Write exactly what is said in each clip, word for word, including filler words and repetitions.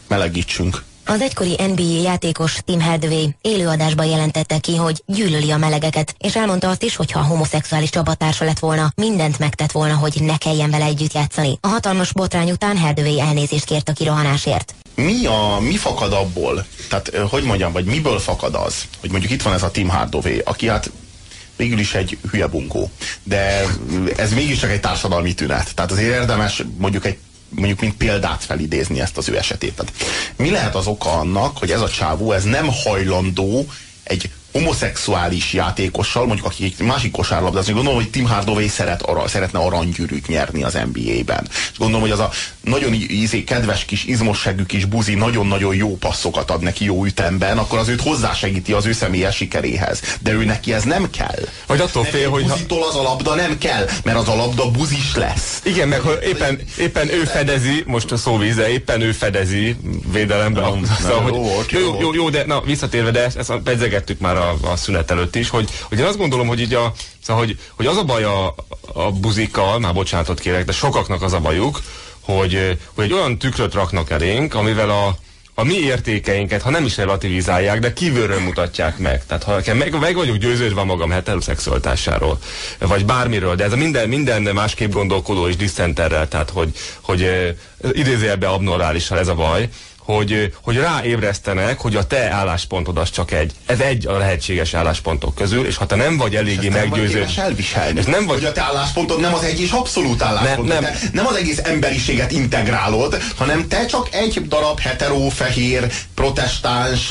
melegítsünk. Az egykori en bé á játékos Tim Hardaway élőadásban jelentette ki, hogy gyűlöli a melegeket, és elmondta azt is, hogy ha homoszexuális csapattársa lett volna, mindent megtett volna, hogy ne kelljen vele együtt játszani. A hatalmas botrány után Hardaway elnézést kért a kirohanásért. Mi, a, mi fakad abból? Tehát, hogy mondjam, vagy miből fakad az, hogy mondjuk itt van ez a Tim Hardaway, aki hát végül is egy hülye bunkó, de ez mégiscsak egy társadalmi tünet. Tehát azért érdemes mondjuk egy mondjuk mint példát felidézni ezt az ő esetét. Tehát mi lehet az oka annak, hogy ez a csávó ez nem hajlandó egy homoszexuális játékossal, mondjuk aki egy másik kosárlabdázni, gondolom, hogy Tim Hardaway szeret, ara, szeretne aranygyűrűt nyerni az en bé á-ben. És gondolom, hogy az a nagyon ízé, kedves kis, izmossegű kis buzi nagyon-nagyon jó passzokat ad neki jó ütemben, akkor az őt hozzásegíti az ő személyes sikeréhez. De ő neki ez nem kell. Vagy attól fél, hogy... Buzitól az a labda nem kell, mert az a labda buzis lesz. Igen, meg hogy éppen, éppen ő fedezi, most a szóvíze, éppen ő fedezi védelemben. No, szóval, no, hogy, jó, jó, jó, jó, de na, visszatérve, de ezt, ezt pedzegettük már a, a szünet előtt is, hogy, hogy én azt gondolom, hogy így a, szóval, hogy, hogy az a baj a, a buzikkal, már bocsánatot kérek, de sokaknak az a bajuk, hogy, hogy egy olyan tükröt raknak elénk, amivel a, a mi értékeinket, ha nem is relativizálják, de kívülről mutatják meg. Tehát ha meg, meg vagyok győződve magam heteroszexualitásáról, vagy bármiről, de ez a minden, minden másképp gondolkodó és diszenterrel, tehát hogy, hogy idézőjelben abnormálisan ez a baj, hogy, hogy ráébresztenek, hogy a te álláspontod az csak egy. Ez egy a lehetséges álláspontok közül, és ha te nem vagy eléggé meggyőző... És elviselni. És nem vagy... Hogy a te álláspontod nem az egy és abszolút álláspont. Nem, nem. nem az egész emberiséget integrálod, hanem te csak egy darab hetero, fehér, protestáns,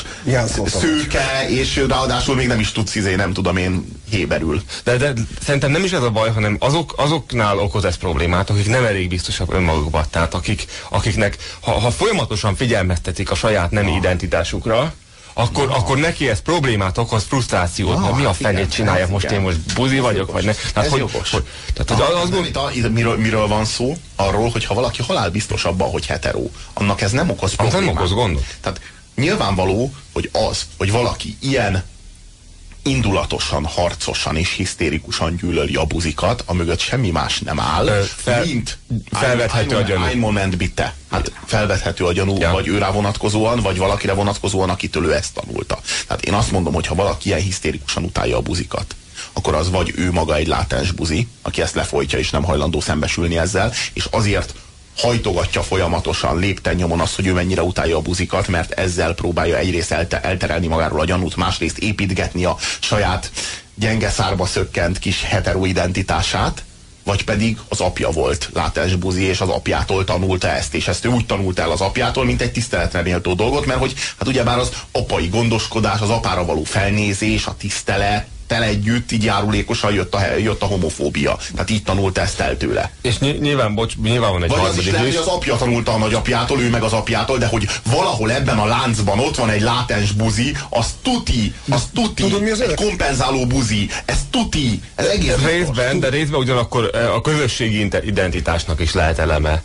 szőke, és ráadásul még nem is tudsz izé, nem tudom én, héberül. De, de szerintem nem is ez a baj, hanem azok, azoknál okoz ez problémát, akik nem elég biztosak önmagukban. Tehát akik, akiknek, ha, ha folyamatosan figyelmeztetik a saját nemi identitásukra, akkor, akkor neki ez problémát okoz, frusztrációt, ah, mi a fenét csinálják most, én most buzi vagyok, vagy ne. Tehát, hogy, hogy, tehát, hogy az gond... a, miről, miről van szó? Arról, hogy ha valaki halálbiztos abban, hogy hetero, annak ez nem okoz problémát. Nem okoz gondot. Tehát nyilvánvaló, hogy az, hogy valaki ilyen indulatosan, harcosan és hisztérikusan gyűlöli a buzikat, amögött semmi más nem áll, Ö, fel, mint felvethető a gyanú. Ein moment bitte. Hát felvethető a gyanú, ja. Vagy őrá vonatkozóan, vagy valakire vonatkozóan, akitől ő ezt tanulta. Tehát én azt mondom, hogy ha valaki ilyen hisztérikusan utálja a buzikat, akkor az vagy ő maga egy látens buzi, aki ezt lefolytja és nem hajlandó szembesülni ezzel, és azért hajtogatja folyamatosan lépten nyomon azt, hogy ő mennyire utálja a buzikat, mert ezzel próbálja egyrészt elte elterelni magáról a gyanút, másrészt építgetni a saját gyenge szárba szökkent kis hetero identitását, vagy pedig az apja volt látens buzi, és az apjától tanulta ezt, és ezt ő úgy tanulta el az apjától, mint egy tiszteletre méltó dolgot, mert hogy hát ugyebár az apai gondoskodás, az apára való felnézés, a tisztelet, tel együtt így járulékosan jött a, jött a homofóbia. Tehát így tanult ezt el tőle. És nyilván, bocs, nyilván van egy vagy az is lehet, hogy az apja tanulta a nagyapjától, ő meg az apjától, de hogy valahol ebben a láncban ott van egy látens buzi, az tuti, az tuti, Tudom, mi az egy kompenzáló buzi, ez tuti, ez egész részben, de részben ugyanakkor a közösségi identitásnak is lehet eleme.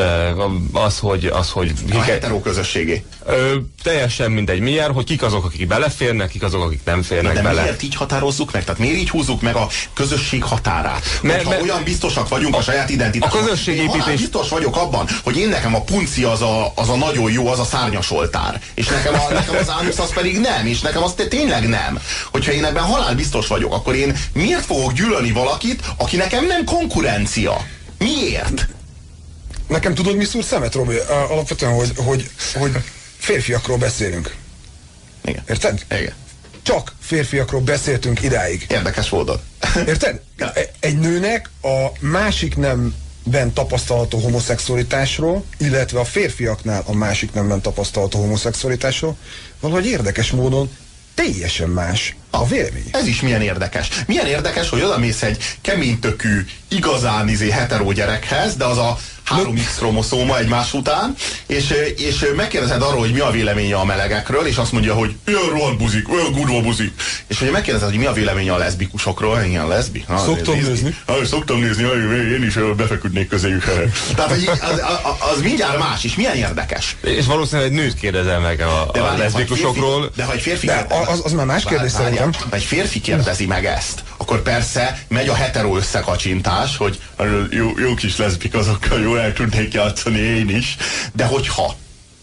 Az, hogy... Az, hogy a hetero közösségé. Ö, teljesen mindegy miért, hogy kik azok, akik beleférnek, kik azok, akik nem férnek de bele. De miért így határozzuk meg? Tehát miért így húzzuk meg a közösség határát? Mert me, olyan biztosak vagyunk a, a saját identitásunkban. A közösségépítés... biztos vagyok abban, hogy én nekem a punci az a, az a nagyon jó, az a szárnyas oltár. És nekem, a, nekem az ánusz az pedig nem. És nekem az tényleg nem. Hogyha én ebben halál biztos vagyok, akkor én miért fogok gyűlölni valakit, aki nekem nem konkurencia? Miért? Nekem tudod, mi szúr szemet, Robi? Alapvetően, hogy, hogy, hogy férfiakról beszélünk. Igen. Érted? Igen. Csak férfiakról beszéltünk idáig. Érdekes volt. Érted? Egy nőnek a másik nemben tapasztalható homoszexualitásról, illetve a férfiaknál a másik nemben tapasztalható homoszexualitásról valahogy érdekes módon teljesen más a vélemény. Ez is milyen érdekes. Milyen érdekes, hogy odamész egy keménytökű, igazán izé hetero gyerekhez, de az a három iksz kromoszóma egymás után, és, és megkérdezed arról, hogy mi a véleménye a melegekről, és azt mondja, hogy olyan rohadt buzik, olyan gurva buzik. És hogy megkérdezed, hogy mi a véleménye a leszbikusokról, ilyen leszbi? Ah, szoktam nézni. nézni. Ah, szoktam nézni, én is befeküdnék közéjük. Tehát hogy az, az, az mindjárt más, és milyen érdekes. És valószínűleg egy nőt kérdezel meg a, a várj, leszbikusokról. De ha egy férfi, de az, az már más kérdés szerintem. Ha egy férfi kérdezi meg ezt, akkor persze megy a hetero összekacsintás, hogy jó, jó kis leszbik azokkal jól el tudnék játszani én is, de hogyha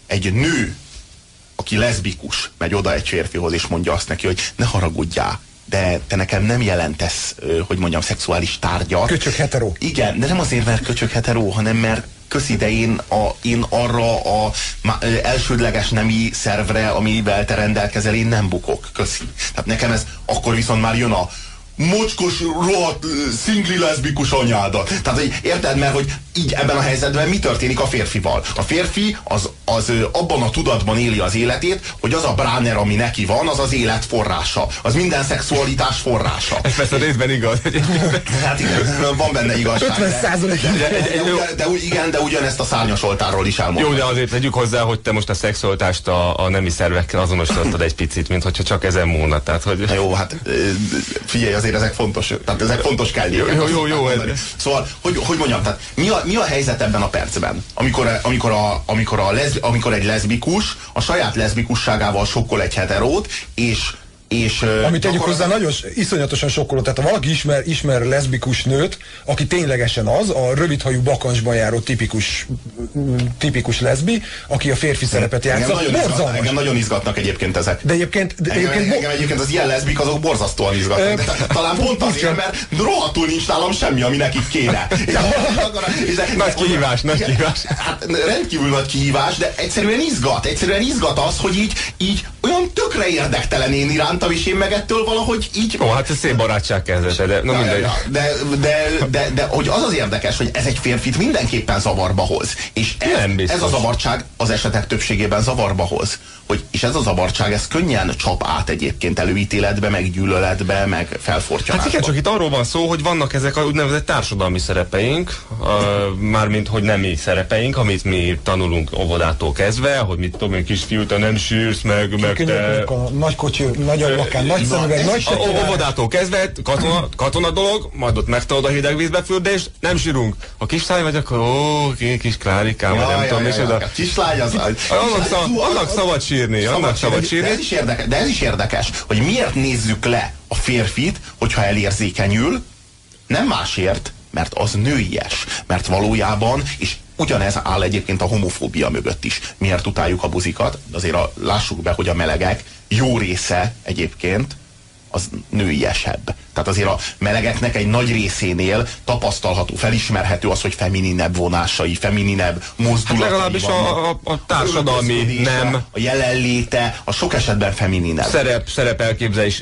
egy nő, aki leszbikus, megy oda egy férfihoz, és mondja azt neki, hogy ne haragudjál, de te nekem nem jelentesz, hogy mondjam, szexuális tárgyat. Köcsög hetero. Igen, de nem azért, mert köcsög hetero, hanem mert közidején a, én arra a elsődleges nemi szervre, amivel te rendelkezel, én nem bukok. Köszi. Tehát nekem ez akkor viszont már jön a mocskos, rohadt, szingli leszbikus anyádat. Tehát, hogy érted, mert hogy így ebben a helyzetben mi történik a férfival? A férfi az, az abban a tudatban éli az életét, hogy az a bráner, ami neki van, az az élet forrása. Az minden szexualitás forrása. Ez persze részben igaz. Hát igen, van benne igazság. ötven százalék. De, de, de, de, de, de, igen, de ugyanezt a szárnyasoltárról is elmondom. Jó, de azért tegyük hozzá, hogy te most a szexualitást a, a nemi szervekkel azonosítottad egy picit, mint hogyha csak ezen múlna. Tehát, hogy... Jó, hát figyelj, azért ezek fontos, tehát ezek fontos kellékek. Jó, jó, jó. Ez... Szóval, hogy, hogy mondjam, tehát mi a, mi a helyzet ebben a percben? Amikor, amikor, a, amikor, a lez, amikor egy leszbikus a saját leszbikusságával sokkol egy heterót, és És, Amit tegyük hozzá, nagyon iszonyatosan sokkoló. Tehát ha valaki ismer, ismer leszbikus nőt, aki ténylegesen az, a rövidhajú bakancsban járó tipikus, tipikus leszbi, aki a férfi szerepet játszik. Engem, nagyon engem nagyon izgatnak egyébként ezek. De egyébként, de engem, egyébként, engem egyébként az ilyen leszbik, azok borzasztóan izgatnak. De, talán pont azért, mert rohadtul nincs nálam semmi, ami nekik kéne. Nagy kihívás, nagy kihívás. Hát rendkívül nagy kihívás, de egyszerűen izgat. Egyszerűen izgat az, hogy így, így olyan tökre érdektelen én irántam, és én meg ettől valahogy így... Ó, hát ez szép barátság kezdete, de na mindegy. De, de, de, de hogy az az érdekes, hogy ez egy férfit mindenképpen zavarba hoz. És ez, ez a zavartság az esetek többségében zavarba hoz. Hogy, és ez a zavartság, ez könnyen csap át egyébként előítéletbe, meg gyűlöletbe, meg felfortyolásba. Hát igen, csak itt arról van szó, hogy vannak ezek a úgynevezett társadalmi szerepeink, uh, mármint, hogy nemi szerepeink, amit mi tanulunk óvodától kezdve, hogy mit tudom én, kisfiú, te nem sírsz, meg, meg te... A nagy kocsi, nagy ablakán, nagy szemüveg, nagy sekével. Óvodától kezdve, katona, katona dolog, majd ott megtalod a hideg vízbe fürdést, nem sírunk. Ha kislány vagy, akkor ó, kis Klárikám, ja, nem ja, tudom, ja, és ja, oda... Kislány az... Annak szabad sírni, annak szabad sírni. De ez is érdekes, de ez is érdekes, hogy miért nézzük le a férfit, hogyha elérzékenyül, nem másért, mert az nőies, mert valójában, és ugyanez áll egyébként a homofóbia mögött is. Miért utáljuk a buzikat? Azért a, lássuk be, hogy a melegek jó része egyébként az nőiesebb. Tehát azért a melegeknek egy nagy részénél tapasztalható, felismerhető az, hogy femininebb vonásai, femininebb mozdulatai hát legalábbis a, a, a társadalmi nem. A jelenléte, a sok esetben femininebb. Szerep, szerep elképzelés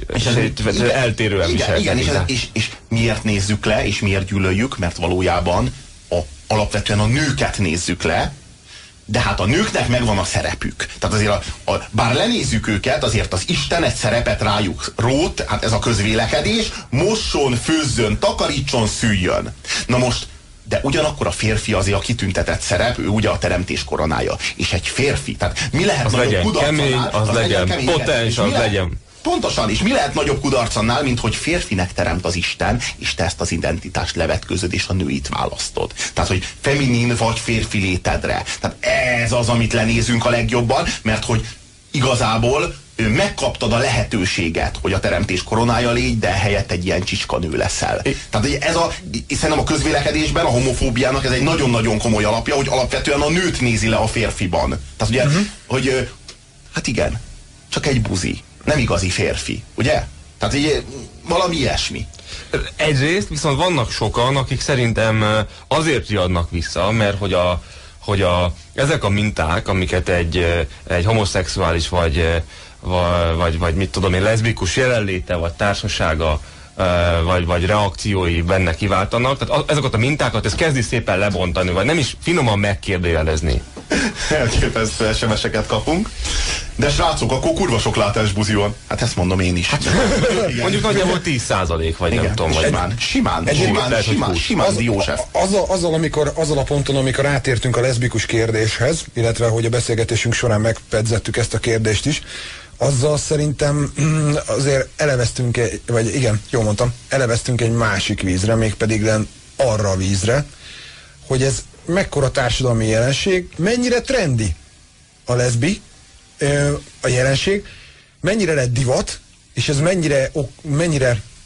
eltérően igen, igen, és, és, és miért nézzük le, és miért gyűlöljük, mert valójában a, alapvetően a nőket nézzük le, de hát a nőknek megvan a szerepük. Tehát azért, a, a, bár lenézzük őket, azért az Isten egy szerepet rájuk rót, hát ez a közvélekedés, mosson, főzzön, takarítson, szüljön. Na most, de ugyanakkor a férfi azért a kitüntetett szerep, ő ugye a teremtés koronája. És egy férfi, tehát mi lehet az nagyobb kudarcannál? Kemény, az, az legyen, kemény, potens, az legyen. Pontosan, és mi lehet nagyobb kudarc annál, mint hogy férfinek teremt az Isten, és te ezt az identitást levetközöd, és a nőit választod. Tehát, hogy feminin vagy férfi létedre. Tehát ez az, amit lenézünk a legjobban, mert hogy igazából megkaptad a lehetőséget, hogy a teremtés koronája légy, de helyett egy ilyen csicskanő leszel. Tehát ez a, szerintem a közvélekedésben a homofóbiának ez egy nagyon-nagyon komoly alapja, hogy alapvetően a nőt nézi le a férfiban. Tehát ugye, uh-huh. hogy hát igen, csak egy buzi. Nem igazi férfi, ugye? Tehát így valami ilyesmi. Egyrészt viszont vannak sokan, akik szerintem azért riadnak vissza, mert hogy a, hogy a, ezek a minták, amiket egy, egy homoszexuális vagy, vagy, vagy mit tudom én, leszbikus jelenléte, vagy társasága, vagy, vagy reakciói benne kiváltanak, tehát ezeket a mintákat ez kezdi szépen lebontani, vagy nem is finoman megkérdőjelezni. Elképesztő es em es-eket kapunk. De srácok, akkor kurva sok látás buzi van. Hát ezt mondom én is. Hát, mondjuk nagyjából tíz százalék, vagy igen, nem tudom. Vagy simán, simán, egy, simán, lehet, simán, simán, az, József. Azzal, azzal, amikor, azzal a ponton, amikor átértünk a leszbikus kérdéshez, illetve hogy a beszélgetésünk során megpedzettük ezt a kérdést is, azzal szerintem azért eleveztünk, egy, vagy igen, jól mondtam, eleveztünk egy másik vízre, mégpedig arra a vízre, hogy ez mekkora társadalmi jelenség, mennyire trendi a leszbi, a jelenség, mennyire lett divat, és ez mennyire, mennyire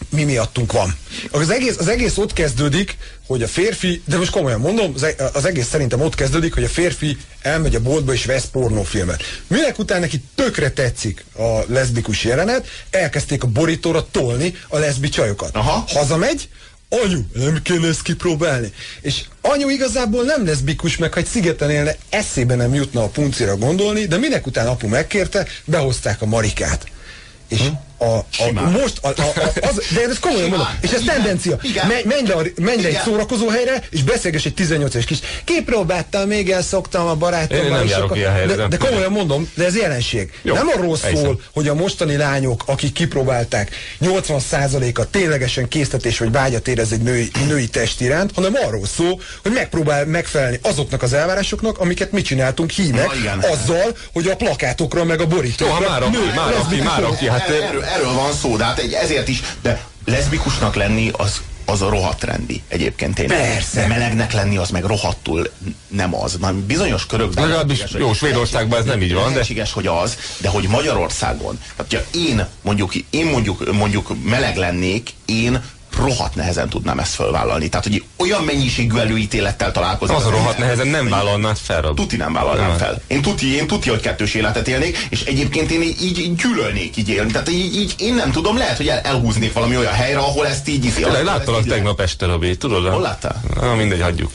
mi miattunk van. Az egész, az egész ott kezdődik, hogy a férfi, de most komolyan mondom, az egész szerintem ott kezdődik, hogy a férfi elmegy a boltba és vesz pornófilmet. Minek után neki tökre tetszik a leszbikus jelenet, elkezdték a borítóra tolni a leszbi csajokat. Aha. Hazamegy, anyu, nem kéne ezt kipróbálni. És anyu igazából nem leszbikus, meg ha egy szigeten élne, eszébe nem jutna a puncira gondolni, de minek után apu megkérte, behozták a Marikát. És a, a, most, a, a, az, de ez komolyan mondom, és ez tendencia. Menj, menj le, a, menj le egy szórakozó helyre, és beszélges egy tizennyolc éves kis. Kipróbáltam, még elszoktam a barátommal. De, de, de komolyan mondom, de ez jelenség. Jó, nem arról szól, egyszer. Hogy a mostani lányok, akik kipróbálták, nyolcvan százaléka ténylegesen késztetés vagy vágyat érez egy női, női test iránt, hanem arról szól, hogy megpróbál megfelelni azoknak az elvárásoknak, amiket mi csináltunk hímek, azzal, hogy a plakátokra meg a borítókra. Jó, már aki, már aki, már aki, hát erről, erről van szó, de hát egy, ezért is, de leszbikusnak lenni az, az a rohadt trendi egyébként tényleg. Persze. De melegnek lenni az meg rohadtul nem az. Már bizonyos körökben... Legalábbis jó, Svédországban ez nem így van, de... Lehetséges, hogy az, de hogy Magyarországon, hát ja, én mondjuk, én mondjuk, mondjuk meleg lennék, én rohadt nehezen tudnám ezt felvállalni. Tehát, hogy olyan mennyiségű előítélettel találkozom. Az a rohadt nehezen nem vállalnád fel, Rob. Tuti nem vállalnám nem. fel. Én tuti, én tuti, hogy kettős életet élnék, és egyébként én így, így gyűlölnék így élni. Tehát így, így én nem tudom, lehet, hogy el, elhúznék valami olyan helyre, ahol ezt így izé. Láttalak tegnap este, Robi, tudod? Hol láttál? Na, mindegy, hagyjuk.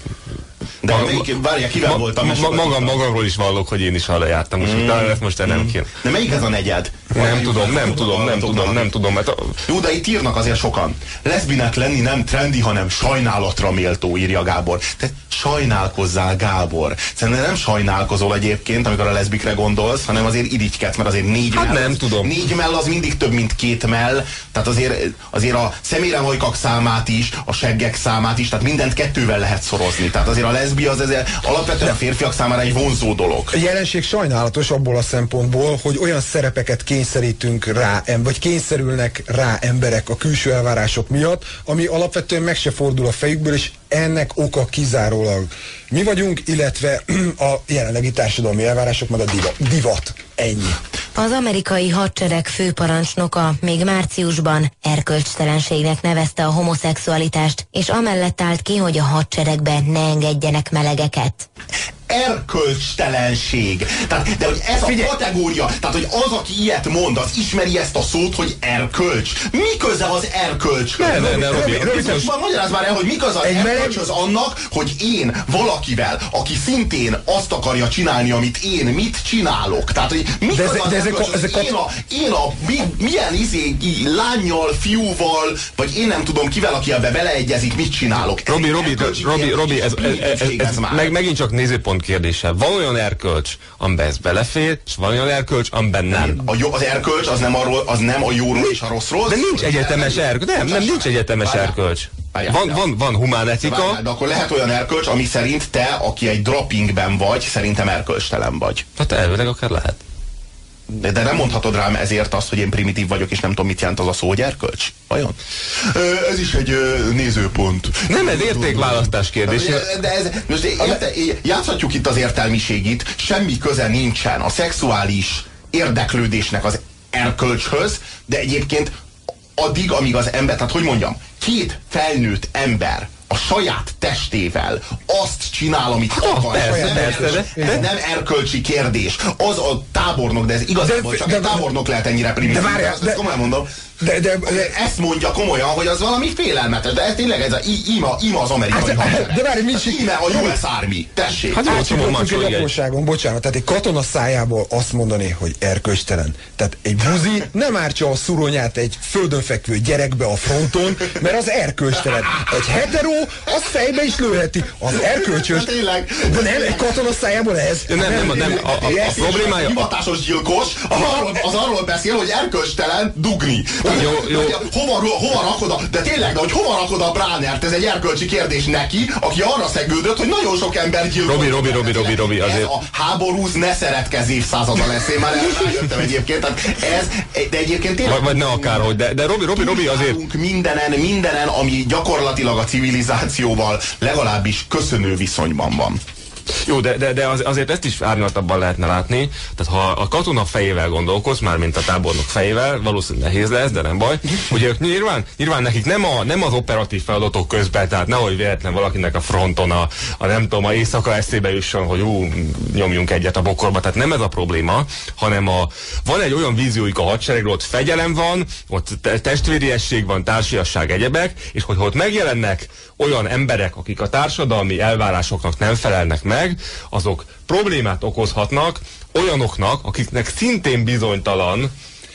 De melyik, várjál, kivel ma, voltam? Ma, magam, magamról is vallok, hogy én is arra jártam, most mm. talán ezt most nem kéne. De melyik ez a negyed? Nem tudom, nem tudom, nem tudom, nem tudom. Mert a... Jó, de itt írnak azért sokan. Leszbinek lenni nem trendi, hanem sajnálatra méltó, írja Gábor. Te sajnálkozzál, Gábor. Szerintem nem sajnálkozol egyébként, amikor a leszbikre gondolsz, hanem azért irigykedsz, mert azért négy hát mell. nem az, tudom. Négy mell az mindig több, mint két mell. Tehát azért, azért a szeméremajkak számát is, a seggek számát is, tehát mindent kettővel lehet szorozni. Tehát azért a leszbi az ezért alapvetően a férfiak számára egy vonzó dolog. A jelenség sajnálatos abból a szempontból, hogy olyan szerepeket kényszerítünk rá, vagy kényszerülnek rá emberek a külső elvárások miatt, ami alapvetően meg se fordul a fejükből, és ennek oka kizárólag mi vagyunk, illetve a jelenlegi társadalmi elvárások, meg a divat. divat. Ennyi. Az amerikai hadsereg főparancsnoka még márciusban erkölcstelenségnek nevezte a homoszexualitást, és amellett állt ki, hogy a hadseregbe ne engedjenek melegeket. Erkölcstelenség. Tehát, de hogy ez a Figyelj. kategória, tehát hogy az, aki ilyet mond, az ismeri ezt a szót, hogy erkölcs. Mi köze az erkölcs? Ne, ne, ne, Robi, magyarázd már el, hogy mi köze az erkölcshöz annak, hogy én valakivel, aki szintén azt akarja csinálni, amit én, mit csinálok. Tehát, hogy mi köze az erkölcshöz? Én a, én a mi, milyen izé, lányjal, fiúval, vagy én nem tudom kivel, aki ebbe beleegyezik, mit csinálok. Robi, Robi, Robi, Robi, ez, ez, ez, ez meg, megint csak nézőpont kérdése. Van olyan erkölcs, amiben ez belefér, és van olyan erkölcs, amiben nem. A jó, az erkölcs az nem, arról, az nem a jóról és a rosszról. De nincs egyetemes erkölcs. Nem, nem, nincs egyetemes erkölcs. Van, van, van humán etika. De, de akkor lehet olyan erkölcs, ami szerint te, aki egy droppingben vagy, szerintem erkölcstelen vagy. Hát elvileg akár lehet. De, de nem mondhatod rám ezért azt, hogy én primitív vagyok, és nem tudom, mit jelent az a szó, hogy erkölcs? Vajon? Ez is egy nézőpont. Nem, ez értékválasztás kérdés. De ez, most érte, játszhatjuk itt az értelmiségit, semmi köze nincsen a szexuális érdeklődésnek az erkölcshöz, de egyébként addig, amíg az ember, tehát hogy mondjam, két felnőtt ember a saját testével azt csinál, amit akar. Persze, persze, de, de, ez nem erkölcsi kérdés. Az a tábornok, de ez igazából de, csak de, egy tábornok lehet ennyire primitív. De várjál, ezt komolyan mondom. De, de, de, ezt mondja komolyan, hogy az valami félelmetes, de ez tényleg ez a ima, ima az amerikai hadsereg. De várj, mi is... Íme a U S Army. Tessék. Hát átcsapottunk egy apróságon, bocsánat. Tehát egy katona szájából azt mondani, hogy erkölcstelen. Tehát egy buzi nem ártsa a szuronyát egy földön fekvő gyerekbe a fronton, mert az erkölcstelen. Egy hetero, az fejbe is lőheti. Az erkölcsös. Tényleg. De nem, egy katona szájából ez. Nem, nem, nem. nem a, a, a problémája... A hivatásos gyilkos az arról, az arról beszél, hogy erkölcstelen dugni. Jó, jó. Hova, hova rakod a, de tényleg, de hogy hova rakod a Bránert, ez egy erkölcsi kérdés neki, aki arra szegődött, hogy nagyon sok ember gyilkol. Robi, Robi, Robi, Robi, Robi, azért. A háborúz ne szeretkezz évszázada lesz, én már rájöttem egyébként, tehát ez, de egyébként tényleg... Vagy, vagy ne akárhogy, de, de Robi, Robi, Robi azért... Mindenen, mindenen, ami gyakorlatilag a civilizációval legalábbis köszönő viszonyban van. Jó, de, de, de az, azért ezt is árnyaltabban lehetne látni. Tehát ha a katona fejével gondolkoz, már mint a tábornok fejével, valószínűleg nehéz lesz, de nem baj. Ugye ők nyilván, nyilván nekik nem, a, nem az operatív feladatok közben, tehát nehogy véletlen valakinek a fronton a, a nem tudom, a éjszaka eszébe jusson, hogy ú, nyomjunk egyet a bokorba. Tehát nem ez a probléma, hanem a, van egy olyan víziójuk a hadseregről, ott fegyelem van, ott testvériesség van, társiasság, egyebek, és hogy ott megjelennek olyan emberek, akik a társadalmi elvárásoknak nem felelnek meg, azok problémát okozhatnak olyanoknak, akiknek szintén bizonytalan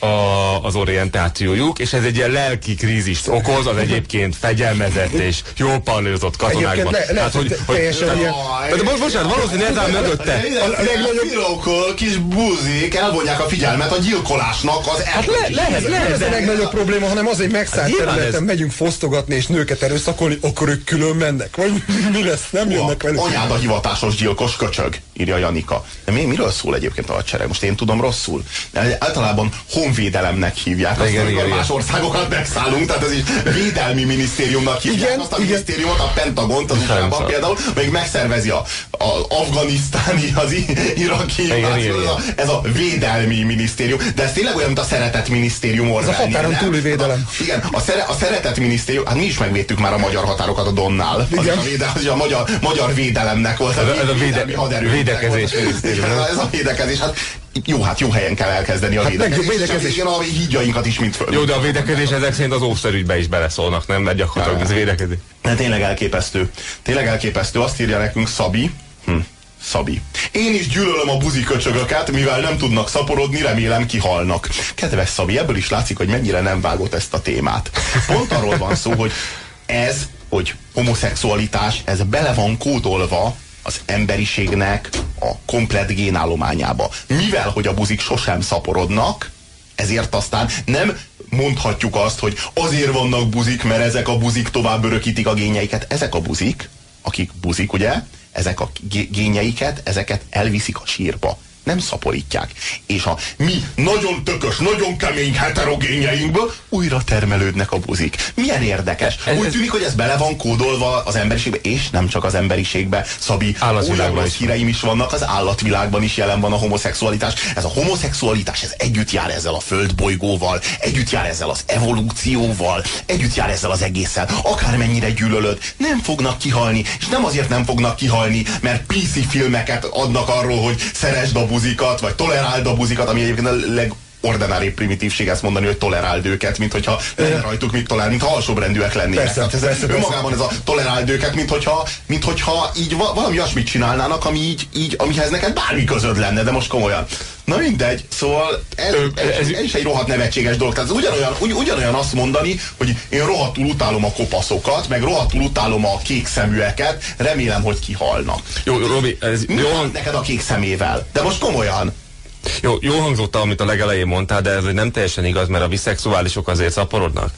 a, az orientációjuk, és ez egy ilyen lelki krízist okoz az egyébként fegyelmezett és jól panőzott katonákban. Le, tehát, hogy, hogy, teljesen ilyen... Tehát most, bocsánat, valószínűleg ez áll mögötte. A legnagyobb pirokol, kis buzik elvonják a figyelmet a gyilkolásnak az hát le, lehet, lehet, ez a legnagyobb probléma, hanem az, hogy megszállt területen ez... megyünk fosztogatni és nőket erőszakolni, akkor ők külön mennek. Vagy mi lesz? Nem jönnek velük. Anyád a hivatásos gyilkos köcsög, írja Janika. De mi, miről szól egyébként a hadsereg? Most én tudom rosszul. Általában honvédelemnek hívják. Azt, igen, igen, más országokat megszállunk, tehát ez is védelmi minisztériumnak hívják. Igen, azt a igen. minisztériumot, a Pentagont az u es á-ban például, még megszervezi a, a afganisztáni, az iraki inváziót. Ez a védelmi minisztérium, de ez tényleg olyan, mint a szeretet minisztérium. Ez a határon túli védelem. A, igen, a, szere, a szeretet minisztérium, hát mi is megvédtük már a magyar határokat a Donnál. Az a, védelem, az a magyar, magyar védelemnek volt. Ez a, ez a véde, védekezés minisztérium. Ez a védekezés, hát jó, hát jó helyen kell elkezdeni a hát védekezés. védekezés. Igen, a hídjainkat is mint föl. Jó, de a védekezés ezek szerint az óvszerügybe is beleszólnak, nem? Mert gyakorlatilag ez védekezés. De tényleg elképesztő. Tényleg elképesztő. Azt írja nekünk Szabi. Hm. Szabi. Én is gyűlölöm a buziköcsögöket, mivel nem tudnak szaporodni, remélem kihalnak. Kedves Szabi, ebből is látszik, hogy mennyire nem vágott ezt a témát. Pont arról van szó, hogy ez, hogy homoszexualitás, ez bele van kódolva az emberiségnek a komplett génállományába. Mivel, hogy a buzik sosem szaporodnak, ezért aztán nem mondhatjuk azt, hogy azért vannak buzik, mert ezek a buzik tovább örökítik a génjeiket. Ezek a buzik, akik buzik, ugye, ezek a génjeiket, ezeket elviszik a sírba. Nem szaporítják. És a mi nagyon tökös, nagyon kemény heterogénjeinkből újra termelődnek a buzik. Milyen érdekes. Úgy tűnik, hogy ez bele van kódolva az emberiségbe, és nem csak az emberiségbe. Szabi, olyan rossz híreim is vannak, az állatvilágban is jelen van a homoszexualitás. Ez a homoszexualitás, ez együtt jár ezzel a földbolygóval, együtt jár ezzel az evolúcióval, együtt jár ezzel az egésszel. Akármennyire gyűlölöd, nem fognak kihalni, és nem azért nem fognak kihalni, mert pé cé filmeket adnak arról, hogy szeresd a buzikat, vagy toleráld a buzikat, ami egyébként a legordináribb primitívség ezt mondani, hogy toleráld őket, mint hogyha lenne rajtuk mit tolerál, mintha alsóbrendűek lennének. Persze, ez persze, önmagában ez a toleráld őket, mint hogyha, mint hogyha így valami olyasmit csinálnának, ami így, így, amihez neked bármi közöd lenne, de most komolyan. Na mindegy, szóval ez, ez, ez is egy rohadt nevetséges dolog. Tehát ez ugyanolyan, ugy, ugyanolyan azt mondani, hogy én rohadtul utálom a kopaszokat, meg rohadtul utálom a kék szeműeket, remélem, hogy kihalnak. Jó, Robi, ez mi jó van neked a kék szemével? De most komolyan. Jó, jó hangzott, amit a legelején mondtál, de ez nem teljesen igaz, mert a biszexuálisok azért szaporodnak.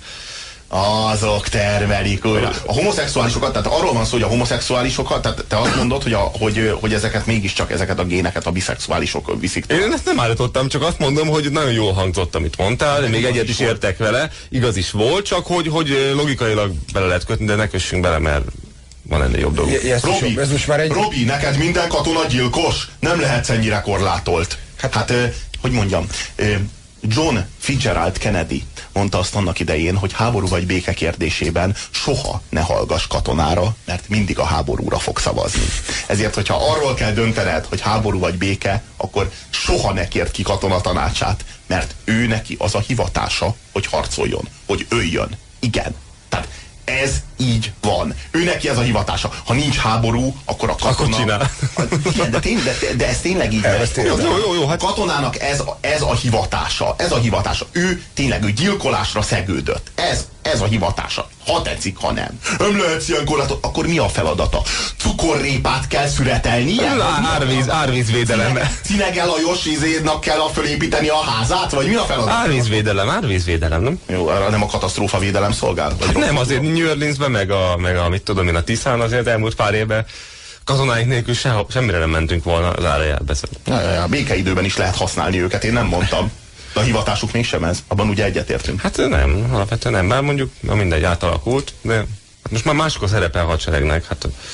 Azok termelik újra. A homoszexuálisokat, tehát arról van szó, hogy a homoszexuálisokat, tehát te azt mondod, hogy, a, hogy, hogy ezeket mégiscsak, ezeket a géneket a biszexuálisok viszik. Én ezt nem állítottam, csak azt mondom, hogy nagyon jól hangzott, amit mondtál, de még egyet is értek vele, igaz is volt, csak hogy, hogy logikailag bele lehet kötni, de ne kössünk bele, mert van ennél jobb dolog. Robi, ez most már egy... Robi, neked minden katona gyilkos? Nem lehetsz ennyire korlátolt. Hát, hát hogy mondjam, John Fitzgerald Kennedy mondta azt annak idején, hogy háború vagy béke kérdésében soha ne hallgass katonára, mert mindig a háborúra fog szavazni. Ezért, hogyha arról kell döntened, hogy háború vagy béke, akkor soha ne kérd ki katona tanácsát, mert ő neki az a hivatása, hogy harcoljon, hogy öljön. Igen. Tehát ez így van. Ő neki ez a hivatása. Ha nincs háború, akkor a katona... Akkor csinál. Igen, de, tény, de, de ez tényleg így van. Jó, jó, jó, hát... A katonának ez, ez a hivatása. Ez a hivatása. Ő tényleg ő gyilkolásra szegődött. Ez, ez a hivatása. Ha tetszik, ha nem. Nem lehetsz ilyen korlátot, akkor mi a feladata? Cukorrépát kell szüretelni? Árvíz, árvízvédelem. Cinege Lajos izédnak kell a fölépíteni a házát? Vagy mi a feladata? Árvízvédelem, árvízvédelem, nem? Jó, arra nem a katasztrófavédelem szolgál? Hát nem, azért New Orleansben, meg a, meg a mit tudom én, a Tiszán azért elmúlt pár évben katonáink nélkül se, semmire nem mentünk volna az áraját beszélni. Ja, ja, ja, békeidőben is lehet használni őket, én nem mondtam. De a hivatásuk mégsem ez, abban ugye egyetértünk. Hát nem, alapvetően nem, bár mondjuk na mindegy, átalakult, de hát most már mások a szerepe a hadseregnek, hát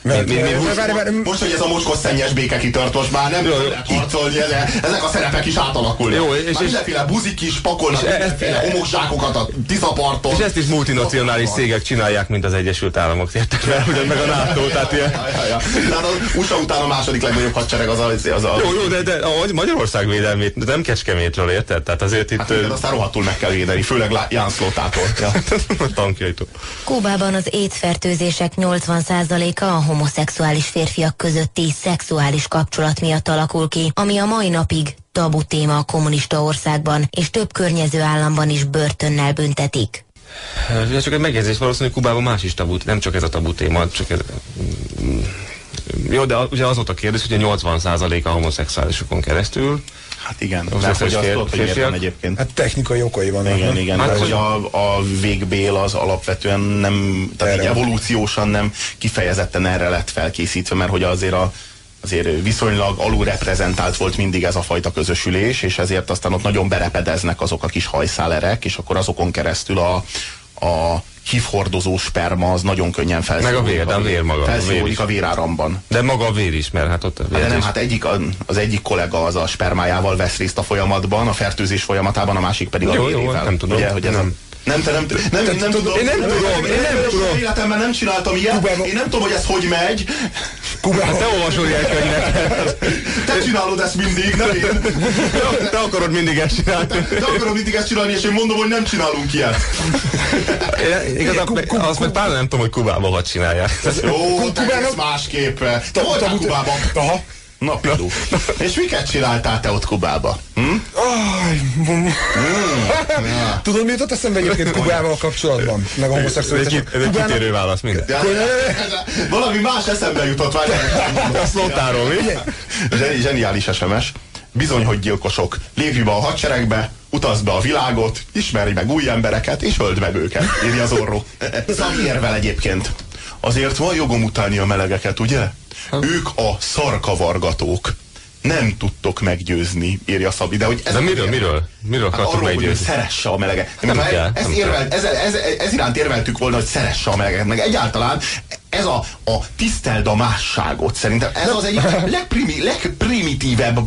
Mert, mi, mi, mi, most, várj, várj, most, hogy ez a mocskos szennyes béke kitört, most már nem lehet harcolni, ezek a szerepek is átalakulnak. Jó, és, már mindenféle buzik is pakolnak, mindenféle homokzsákokat a Tiszaparton. És ezt is multinacionális cégek csinálják, mint az Egyesült Államok, érted? Mert ugyan meg a NATO, tehát ilyen... Ja, ja, ja. Tehát az u es á után a második legnagyobb hadsereg az a... Az a... Jó, jó, de, de a Magyarország védelmét, de nem Kecskemétről, érted? Tehát azért itt... Hát igen, aztán rohadtul meg kell védeni, főleg Ján Szlótától. Ja. Tankjaitól. Kúbában az étfertőzések nyolcvan százaléka a homoszexuális férfiak közötti szexuális kapcsolat miatt alakul ki, ami a mai napig tabu téma a kommunista országban, és több környező államban is börtönnel büntetik. Ez csak egy megjegyzés, valószínűleg Kubában más is tabu, nem csak ez a tabu téma, csak ez... Jó, de ugye az volt a kérdés, hogy a nyolcvan százalék a homoszexuálisokon keresztül. Hát igen, mert hogy azt tudod, hogy miért van egyébként. Hát technikai okai vannak. Igen, igen, hát, hogy a, a végbél az alapvetően nem, tehát így evolúciósan nem kifejezetten erre lett felkészítve, mert hogy azért a azért viszonylag alulreprezentált volt mindig ez a fajta közösülés, és ezért aztán ott nagyon berepedeznek azok a kis hajszálerek, és akkor azokon keresztül a, a hívhordozó sperma az nagyon könnyen felszívódik. Meg a vér, de a vér maga. Felszívódik a véráramban. De maga a vér is, mert hát ott a vér hát nem, is. hát egyik, az egyik kollega az a spermájával vesz részt a folyamatban, a fertőzés folyamatában, a másik pedig jó, a vérével. Jó, nem tudom. Ugye, hogy ez nem. Nem, te nem, nem, nem, nem tudom. Én nem tudom, én nem tudom. Életemben nem csináltam ilyet. Én nem tudom, hogy ez hogy megy. Kubában. Te olvasol ilyen könyvet. Te csinálod ezt mindig, nem én. Te akarod mindig ezt csinálni. Te akarod mindig ezt csinálni, és én mondom, hogy nem csinálunk ilyet. Igazából azt meg pár nem tudom, hogy Kubában hogy csinálják. Jó, te egész másképp. Te voltál Kubában? Aha. Na, Pidu. És miket csináltál te ott Kubába? Hm? Tudod, mi jutott eszembe egyébként Kubával kapcsolatban? Meg a homoszexualitás. Ez egy kitérő válasz, minden. Valami más eszembe jutott, várjál. A szlótáról, mi? Zseniális es em es. Bizony, hogy gyilkosok. Lépj be a hadseregbe, utazd be a világot, ismerj meg új embereket, és öld meg őket, írja az orró. Szabi érvel egyébként. Azért van jogom utálni a melegeket, ugye? Ők a szarkavargatók. Nem tudtok meggyőzni, írja Szabi. De, hogy ez de miről, miről? Miről akartok hát meggyőzni? Hogy szeresse a meleget. Nem ez, kell, ez, nem érvel, ez, ez, ez, ez iránt érveltük volna, hogy szeresse a meleget. Meg egyáltalán ez a, a tiszteld a másságot. Szerintem ez az egyik legprimi, legprimitívebb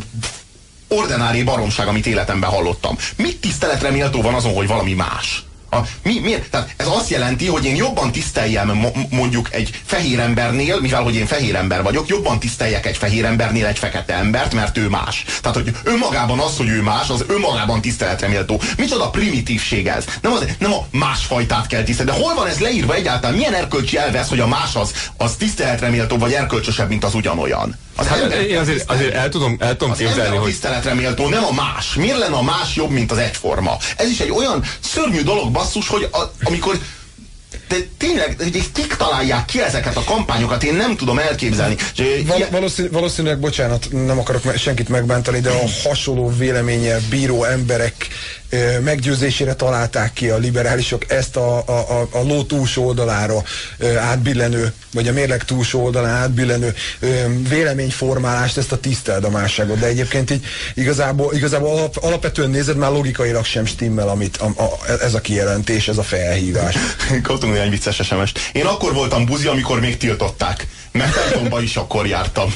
ordinári baromság, amit életemben hallottam. Mit tiszteletre méltó van azon, hogy valami más? A, mi, miért? Tehát ez azt jelenti, hogy én jobban tiszteljem mondjuk egy fehér embernél, mivel hogy én fehér ember vagyok, jobban tiszteljek egy fehér embernél egy fekete embert, mert ő más. Tehát, hogy önmagában az, hogy ő más, az önmagában tiszteletre méltó. Micsoda primitívség ez? Nem, az, nem a másfajtát kell tisztelni. De hol van ez leírva egyáltalán? Milyen erkölcsi elvesz, hogy a más az, az tiszteletre méltó, vagy erkölcsösebb, mint az ugyanolyan? Az hát, én azért, azért el tudom, el tudom az képzelni, hogy... tiszteletre méltó, nem a más. Miért lenne a más jobb, mint az egyforma? Ez is egy olyan szörnyű dolog, basszus, hogy a, amikor... De tényleg, hogy kik találják ki ezeket a kampányokat, én nem tudom elképzelni. Val valószínű, valószínűleg, bocsánat, nem akarok me senkit megbántani, de a hasonló véleménnyel bíró emberek ö, meggyőzésére találták ki a liberálisok ezt a, a, a, a ló túlsó oldalára ö, átbillenő, vagy a mérleg túlsó oldalán átbillenő ö, véleményformálást, ezt a tiszteld a másságot. De egyébként így igazából, igazából alap, alapvetően nézed, már logikailag sem stimmel, amit a, a, ez a kijelentés, ez a felhívás. Kaptunk egy vicces es em est. Én akkor voltam buzi, amikor még tiltották. Mert templomba is akkor jártam.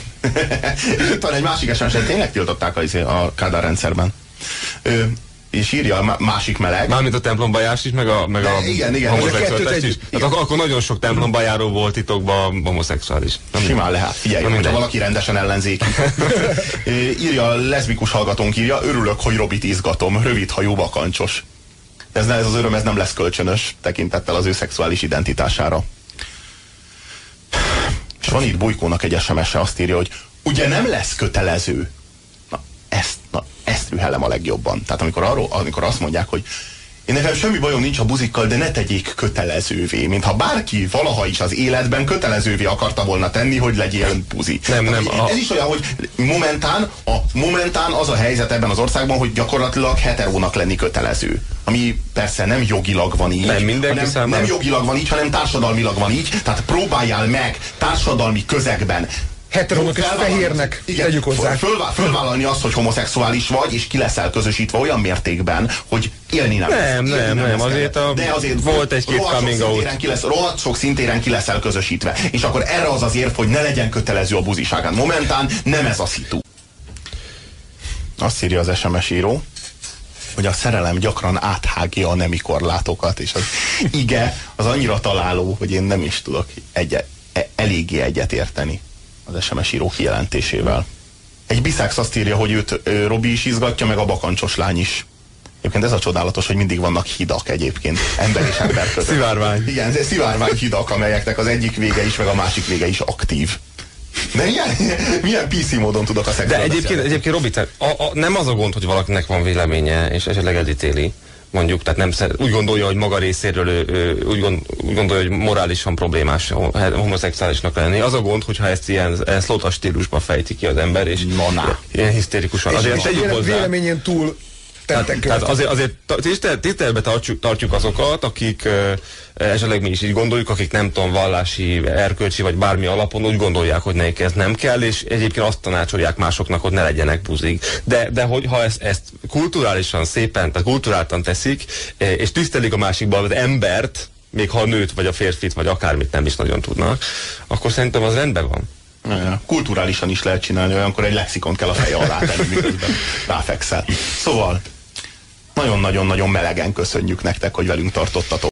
És itt van egy másik es em es, tényleg tiltották a, a Kádár rendszerben. Ö, és írja a másik meleg. Mármint a templomba járás is, meg a, meg a igen, igen, homoszexuális is. Hát akkor, akkor nagyon sok templomba járó volt titokban homoszexuális. Nem simán lehet, figyelj, hogyha valaki rendesen ellenzéki. Írja a leszbikus hallgatónk, írja, örülök, hogy Robit izgatom, rövidhajú bakancsos. Ez, ez az öröm, ez nem lesz kölcsönös tekintettel az ő szexuális identitására. És van itt Bujkónak egy es em es-e, azt írja, hogy ugye nem lesz kötelező. Na, ezt, na, ezt rühellem a legjobban. Tehát amikor, arról, amikor azt mondják, hogy én nekem semmi bajom nincs a buzikkal, de ne tegyék kötelezővé. Mintha bárki valaha is az életben kötelezővé akarta volna tenni, hogy legyél buzi. Nem, Tehát, nem. A... Ez is olyan, hogy momentán, a, momentán az a helyzet ebben az országban, hogy gyakorlatilag heterónak lenni kötelező. Ami persze nem jogilag van így. Nem mindenki hanem, nem jogilag van így, hanem társadalmilag van így. Tehát próbáljál meg társadalmi közegben heterónak és fehérnek, igen, tegyük hozzá. Fölvá, fölvállalni azt, hogy homoszexuális vagy, és ki leszel közösítve olyan mértékben, hogy élni nem. Nem, élni nem, nem, nem. Azért, a, de azért volt egy-két coming out. Ki lesz, rohadt sok szintéren ki leszel közösítve. És akkor erre az az érv, hogy ne legyen kötelező a buziságán. Momentán nem ez a szitu. Azt írja az es em es író, hogy a szerelem gyakran áthágja a nemi korlátokat, és az ige az annyira találó, hogy én nem is tudok egy, e, eléggé egyet érteni az es em es író kijelentésével. Egy biszex azt írja, hogy őt ő, Robi is izgatja, meg a bakancsos lány is. Egyébként ez a csodálatos, hogy mindig vannak hidak egyébként, ember és ember között. Szivárvány. Igen, szivárvány hidak, amelyeknek az egyik vége is, meg a másik vége is aktív. De milyen, milyen pé cé módon tudok a szexről De egyébként, egyébként Robi, a, a, nem az a gond, hogy valakinek van véleménye, és esetleg elítéli, mondjuk, tehát nem szer, úgy gondolja, hogy maga részéről ő, ő, úgy, gond, úgy gondolja, hogy morálisan problémás homoszexuálisnak lenni. Az a gond, hogyha ezt ilyen, ilyen szlótas stílusban fejti ki az ember, és Maná. ilyen hisztérikusan. És, azért és tegyük hozzá. Véleményén túl Tehát, tehát azért, azért tiszteletbe tartjuk, tartjuk azokat, akik uh, esetleg mi is így gondoljuk, akik nem tudom, vallási, erkölcsi vagy bármi alapon úgy gondolják, hogy nekik ez nem kell, és egyébként azt tanácsolják másoknak, hogy ne legyenek buzik. De, de hogy ha ezt, ezt kulturálisan szépen, tehát kulturáltan teszik, és tisztelik a másikban az embert, még ha a nőt, vagy a férfit, vagy akármit nem is nagyon tudnak, akkor szerintem az rendben van. Ja, kulturálisan is lehet csinálni, olyankor egy lexikon kell a feje alá tenni, miközben ráfekszel. Szóval nagyon-nagyon-nagyon melegen köszönjük nektek, hogy velünk tartottatok.